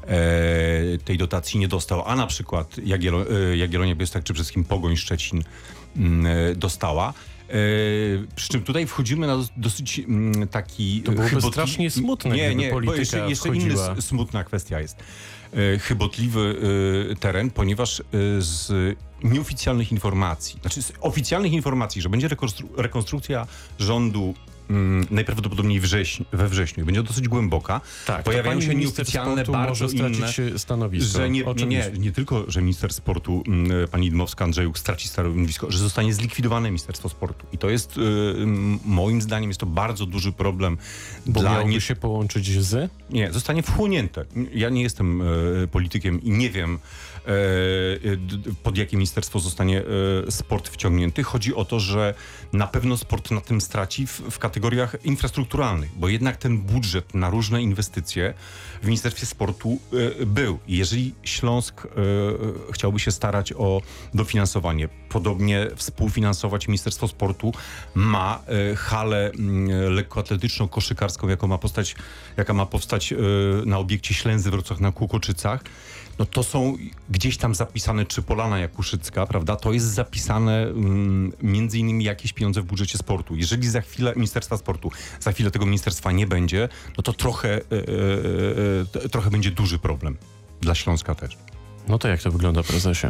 E, tej dotacji nie dostał, a na przykład Jagielo, e, Jagiellonia Białystok czy przede wszystkim Pogoń Szczecin e, dostała. E, przy czym tutaj wchodzimy na dosyć m, taki... To byłoby chybotli... strasznie smutne, nie, gdyby nie, polityka bo jeszcze, jeszcze wchodziła. inna smutna kwestia jest. E, chybotliwy e, teren, ponieważ e, z nieoficjalnych informacji, znaczy z oficjalnych informacji, że będzie rekonstru- rekonstrukcja rządu Hmm, najprawdopodobniej wrześni, we wrześniu. Będzie dosyć głęboka. Tak, pojawiają się nieoficjalne, bardzo może stracić inne, stanowisko. że nie, nie, nie, nie tylko, że minister sportu, m, pani Dmowska Andrzejuk straci stanowisko, że zostanie zlikwidowane Ministerstwo Sportu. I to jest, y, moim zdaniem, jest to bardzo duży problem. Bo dla miałby nie... się połączyć z? Nie, zostanie wchłonięte. Ja nie jestem y, politykiem i nie wiem, y, pod jakie ministerstwo zostanie y, sport wciągnięty. Chodzi o to, że na pewno sport na tym straci w, w kategoriach infrastrukturalnych, bo jednak ten budżet na różne inwestycje w Ministerstwie Sportu y, był. I jeżeli Śląsk y, chciałby się starać o dofinansowanie, podobnie współfinansować Ministerstwo Sportu, ma y, halę y, lekkoatletyczno-koszykarską, jaką ma postać, jaka ma powstać y, na obiekcie Ślęzy Wrocław na Kłokoczycach, no to są gdzieś tam zapisane, czy Polana Jakuszycka, prawda, to jest zapisane mm, między innymi jakieś pieniądze w budżecie sportu. Jeżeli za chwilę Ministerstwa Sportu, za chwilę tego ministerstwa nie będzie, no to trochę, e, e, e, trochę będzie duży problem. Dla Śląska też. No to jak to wygląda, prezesie?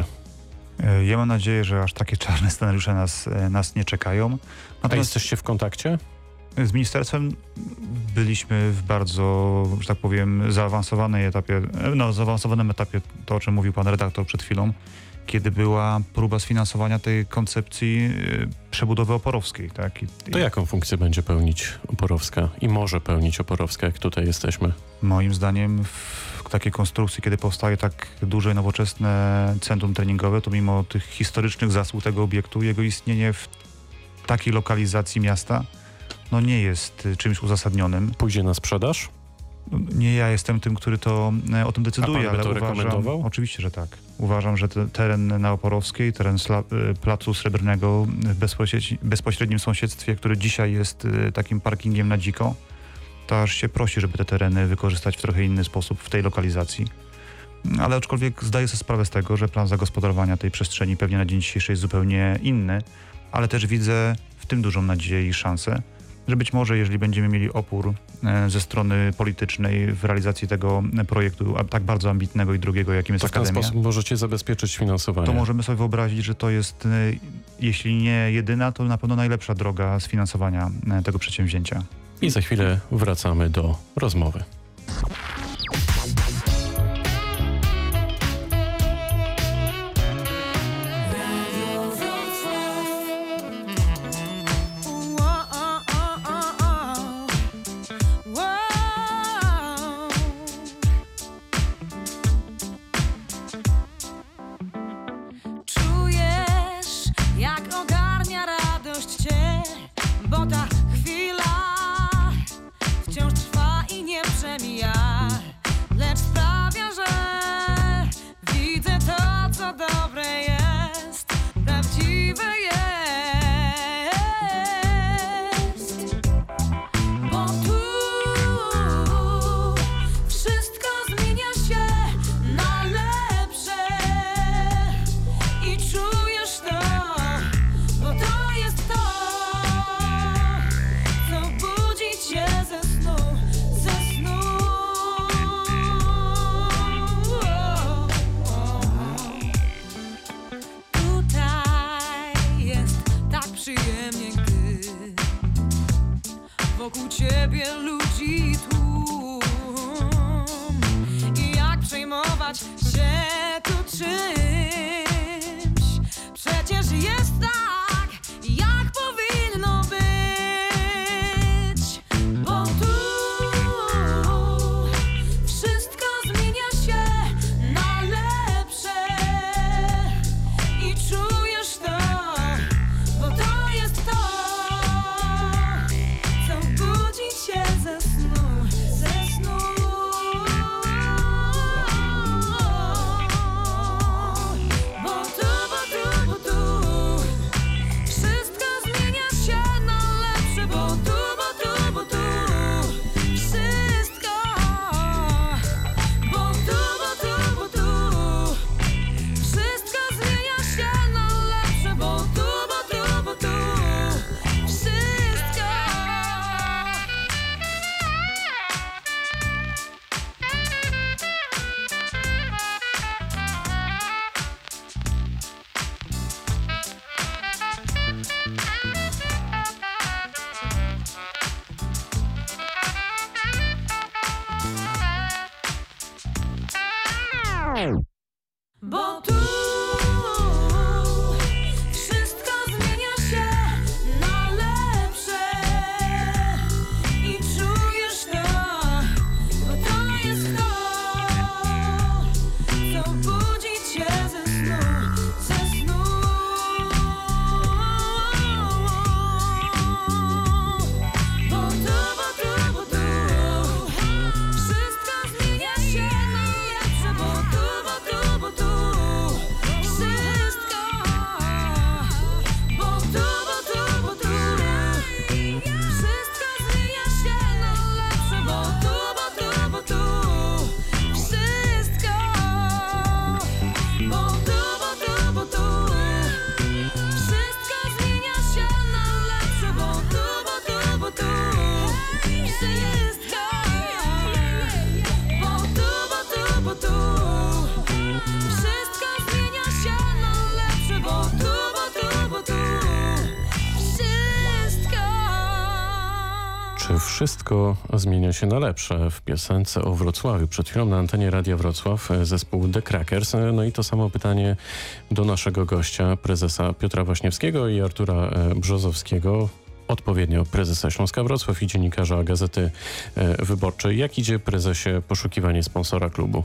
Ja mam nadzieję, że aż takie czarne scenariusze nas, nas nie czekają. Natomiast... A jesteście w kontakcie? Z ministerstwem byliśmy w bardzo, że tak powiem, zaawansowanej etapie, no zaawansowanym etapie, to o czym mówił pan redaktor przed chwilą, kiedy była próba sfinansowania tej koncepcji y, przebudowy oporowskiej. Tak? I, to i... jaką funkcję będzie pełnić Oporowska i może pełnić Oporowska, jak tutaj jesteśmy? Moim zdaniem w takiej konstrukcji, kiedy powstaje tak duże, nowoczesne centrum treningowe, to mimo tych historycznych zasług tego obiektu, jego istnienie w takiej lokalizacji miasta no nie jest czymś uzasadnionym. Pójdzie na sprzedaż? Nie ja jestem tym, który to o tym decyduje, A pan by ale to uważam, rekomendował? Oczywiście, że tak. Uważam, że te, teren na Oporowskiej, teren Sla, Placu Srebrnego w bezpośredni, bezpośrednim sąsiedztwie, który dzisiaj jest takim parkingiem na dziko, to aż się prosi, żeby te tereny wykorzystać w trochę inny sposób w tej lokalizacji. Ale aczkolwiek zdaję sobie sprawę z tego, że plan zagospodarowania tej przestrzeni pewnie na dzień dzisiejszy jest zupełnie inny, ale też widzę w tym dużą nadzieję i szansę, że być może, jeżeli będziemy mieli opór ze strony politycznej w realizacji tego projektu tak bardzo ambitnego i drugiego, jakim jest to w ten Akademia, sposób możecie zabezpieczyć finansowanie. to możemy sobie wyobrazić, że to jest, jeśli nie jedyna, to na pewno najlepsza droga sfinansowania tego przedsięwzięcia. I za chwilę wracamy do rozmowy. Wokół ciebie ludzi tłum i jak przejmować się tu czymś? Przecież jest tak, jak powinno być, bo tu wszystko zmienia się na lepsze i czujesz to, bo to jest to, cię ze snu, ze snu. Bo tu, bo tu, bo tu wszystko zmienia się na lepsze. Bo tu, bo tu, bo tu wszystko. Bo tu, bo tu, bo tu wszystko zmienia się na lepsze. Bo tu, bo tu, bo tu wszystko. Bo tu wszystko zmienia się na lepsze i czujesz to, bo to jest to, co budzi cię ze snu, ze snu. Bo tu, bo tu, bo tu wszystko zmienia się na lepsze. Bo tu, bo tu, bo tu wszystko. Bo tu, bo tu, bo tu wszystko zmienia się na lepsze. Bo tu, bo tu, bo tu wszystko. Bo tu, bo tu, bo tu wszystko zmienia się na lepsze. Bo tu, bo tu, bo tu wszystko. Bo tu, bo tu, bo tu wszystko zmienia się na lepsze. Bo tu, bo tu, bo tu wszystko. Czy wszystko zmienia się na lepsze? W piosence o Wrocławiu przed chwilą na antenie Radia Wrocław zespół The Crackers. No i to samo pytanie do naszego gościa, prezesa Piotra Waśniewskiego i Artura Brzozowskiego, odpowiednio prezesa Śląska Wrocław i dziennikarza Gazety Wyborczej. Jak idzie, prezesie, poszukiwanie sponsora klubu?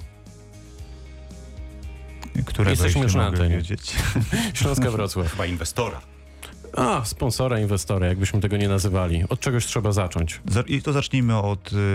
Którego Jesteśmy już na antenie. Wiedzieć. Śląska Wrocław. Chyba inwestora. A, sponsora, inwestora, jakbyśmy tego nie nazywali. Od czegoś trzeba zacząć. I to zacznijmy od y,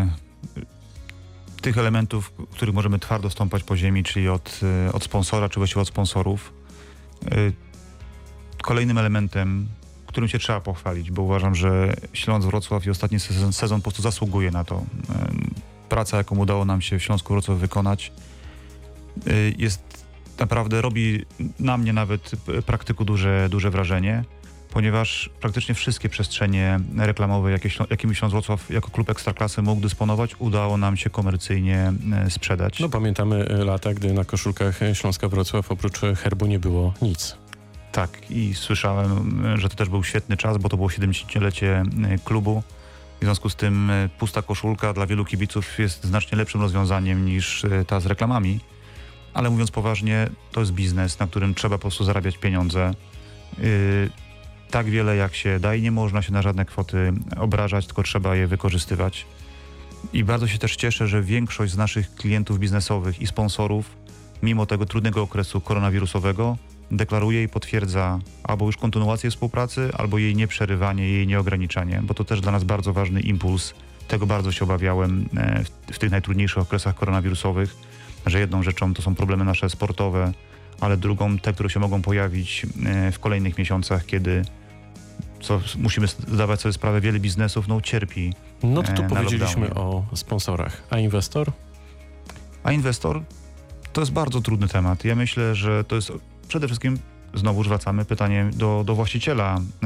tych elementów, których możemy twardo stąpać po ziemi, czyli od, y, od sponsora, czy właściwie od sponsorów. Y, kolejnym elementem, którym się trzeba pochwalić, bo uważam, że Śląsk Wrocław i ostatni sezon, sezon po prostu zasługuje na to. Y, praca, jaką udało nam się w Śląsku Wrocław wykonać, y, jest naprawdę, robi na mnie nawet praktyku duże, duże wrażenie, ponieważ praktycznie wszystkie przestrzenie reklamowe, jakie, jakimi Śląsk Wrocław jako klub ekstraklasy mógł dysponować, udało nam się komercyjnie sprzedać. No pamiętamy lata, gdy na koszulkach Śląska Wrocław oprócz herbu nie było nic. Tak, i słyszałem, że to też był świetny czas, bo to było siedemdziesięciolecie klubu W związku z tym e, pusta koszulka dla wielu kibiców jest znacznie lepszym rozwiązaniem niż e, ta z reklamami. Ale mówiąc poważnie, to jest biznes, na którym trzeba po prostu zarabiać pieniądze. Yy, tak wiele jak się da i nie można się na żadne kwoty obrażać, tylko trzeba je wykorzystywać. I bardzo się też cieszę, że większość z naszych klientów biznesowych i sponsorów, mimo tego trudnego okresu koronawirusowego, deklaruje i potwierdza albo już kontynuację współpracy, albo jej nieprzerywanie, jej nieograniczanie, bo to też dla nas bardzo ważny impuls. Tego bardzo się obawiałem e, w, w tych najtrudniejszych okresach koronawirusowych, że jedną rzeczą to są problemy nasze sportowe, ale drugą te, które się mogą pojawić e, w kolejnych miesiącach, kiedy co musimy zdawać sobie sprawę, wiele biznesów no, cierpi. No to tu e, na powiedzieliśmy lockdownie. o sponsorach. A inwestor? A inwestor to jest bardzo trudny temat. Ja myślę, że to jest przede wszystkim, znowu wracamy, pytanie do, do właściciela e,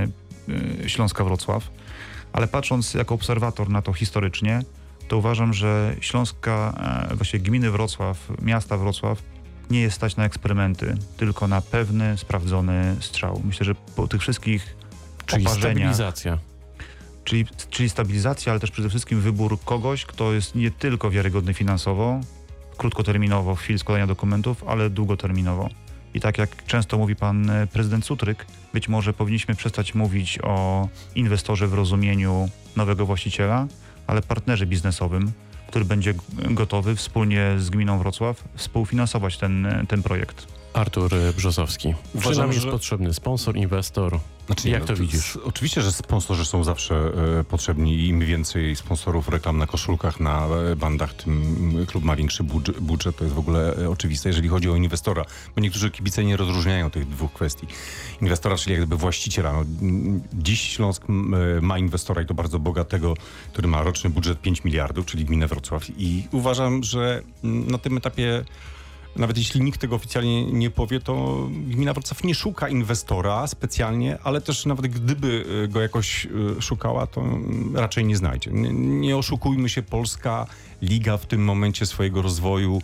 e, Śląska Wrocław, ale patrząc jako obserwator na to historycznie, to uważam, że Śląska, e, właśnie gminy Wrocław, miasta Wrocław nie jest stać na eksperymenty, tylko na pewny, sprawdzony strzał. Myślę, że po tych wszystkich Czyli oparzeniach, stabilizacja. czyli, czyli stabilizacja, ale też przede wszystkim wybór kogoś, kto jest nie tylko wiarygodny finansowo, krótkoterminowo w chwili składania dokumentów, ale długoterminowo. I tak jak często mówi pan prezydent Sutryk, być może powinniśmy przestać mówić o inwestorze w rozumieniu nowego właściciela, ale partnerze biznesowym, który będzie gotowy wspólnie z gminą Wrocław współfinansować ten, ten projekt. Artur Brzozowski. Czy nam jest że... potrzebny sponsor, inwestor? Znaczy, Jak nie, to no, widzisz? s- Oczywiście, że sponsorzy są zawsze e, potrzebni i im więcej sponsorów reklam na koszulkach, na e, bandach, tym klub ma większy budżet, budżet. To jest w ogóle e, oczywiste, jeżeli chodzi o inwestora. Bo niektórzy kibice nie rozróżniają tych dwóch kwestii. Inwestora, czyli jakby właściciela. No, m, dziś Śląsk m, e, ma inwestora i to bardzo bogatego, który ma roczny budżet pięć miliardów, czyli gminę Wrocław. I uważam, że m, na tym etapie nawet jeśli nikt tego oficjalnie nie powie, to gmina Wrocław nie szuka inwestora specjalnie, ale też nawet gdyby go jakoś szukała, to raczej nie znajdzie. Nie, nie oszukujmy się, polska liga w tym momencie swojego rozwoju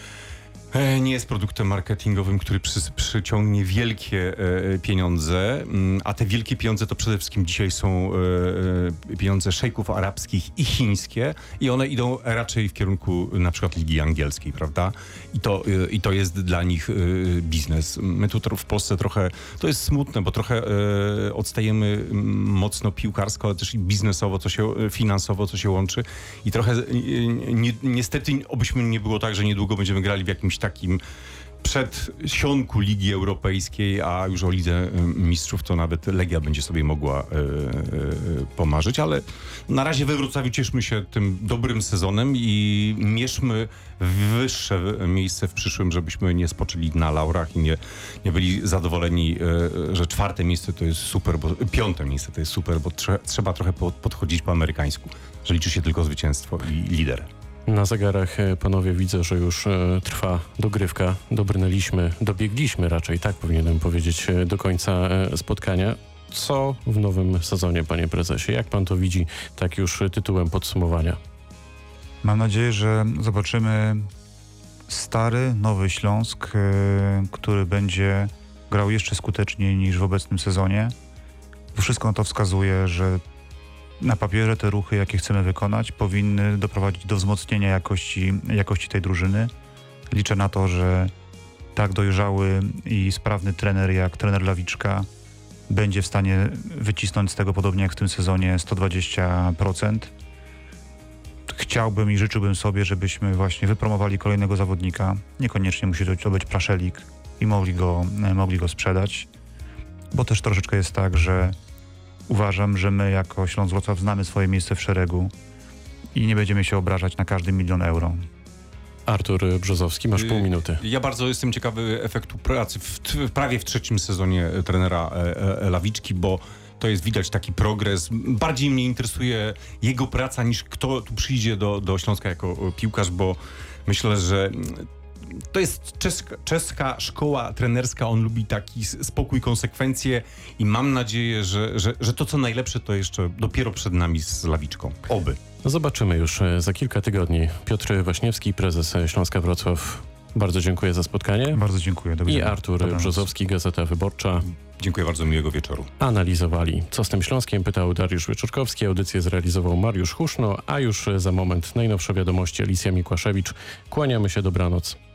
nie jest produktem marketingowym, który przy, przyciągnie wielkie e, pieniądze, a te wielkie pieniądze to przede wszystkim dzisiaj są e, pieniądze szejków arabskich i chińskie i one idą raczej w kierunku na przykład Ligi Angielskiej, prawda? I to, e, i to jest dla nich e, biznes. My tu w Polsce trochę, to jest smutne, bo trochę e, odstajemy mocno piłkarsko, ale też i biznesowo, co się, finansowo, co się łączy i trochę e, ni, niestety obyśmy nie było tak, że niedługo będziemy grali w jakimś takim przedsionku Ligi Europejskiej, a już o Lidze Mistrzów to nawet Legia będzie sobie mogła e, e, pomarzyć, ale na razie we Wrocławiu cieszmy się tym dobrym sezonem i mierzmy wyższe miejsce w przyszłym, żebyśmy nie spoczęli na laurach i nie, nie byli zadowoleni, e, że czwarte miejsce to jest super, bo piąte miejsce to jest super, bo trze, trzeba trochę po, podchodzić po amerykańsku, że liczy się tylko zwycięstwo i lider. Na zegarach, panowie, widzę, że już e, trwa dogrywka. Dobrnęliśmy, dobiegliśmy raczej, tak powinienem powiedzieć, e, do końca e, spotkania. Co w nowym sezonie, panie prezesie? Jak pan to widzi, tak już tytułem podsumowania? Mam nadzieję, że zobaczymy stary, nowy Śląsk, yy, który będzie grał jeszcze skuteczniej niż w obecnym sezonie. Wszystko na to wskazuje, że na papierze te ruchy, jakie chcemy wykonać, powinny doprowadzić do wzmocnienia jakości, jakości tej drużyny. Liczę na to, że tak dojrzały i sprawny trener jak trener Lawiczka będzie w stanie wycisnąć z tego, podobnie jak w tym sezonie, sto dwadzieścia procent. Chciałbym i życzyłbym sobie, żebyśmy właśnie wypromowali kolejnego zawodnika. Niekoniecznie musi to być Praszelik i mogli go, mogli go sprzedać, bo też troszeczkę jest tak, że uważam, że my jako Śląsk Wrocław znamy swoje miejsce w szeregu i nie będziemy się obrażać na każdy milion euro. Artur Brzozowski, masz pół minuty. Ja bardzo jestem ciekawy efektu pracy w, w, prawie w trzecim sezonie trenera e, e, Lawiczki, bo to jest widać taki progres. Bardziej mnie interesuje jego praca niż kto tu przyjdzie do, do Śląska jako piłkarz, bo myślę, że to jest czeska, czeska szkoła trenerska, on lubi taki spokój, konsekwencje i mam nadzieję, że, że, że to co najlepsze to jeszcze dopiero przed nami z Lawiczką. Oby. Zobaczymy już za kilka tygodni. Piotr Waśniewski, prezes Śląska Wrocław. Bardzo dziękuję za spotkanie. Bardzo dziękuję. Do I widzenia. Artur Dobranoc. Brzozowski, Gazeta Wyborcza. Dziękuję bardzo, miłego wieczoru. Analizowali, co z tym Śląskiem, pytał Dariusz Wieczorkowski. Audycję zrealizował Mariusz Huszno, a już za moment najnowsze wiadomości Alicja Mikłaszewicz. Kłaniamy się, dobranoc.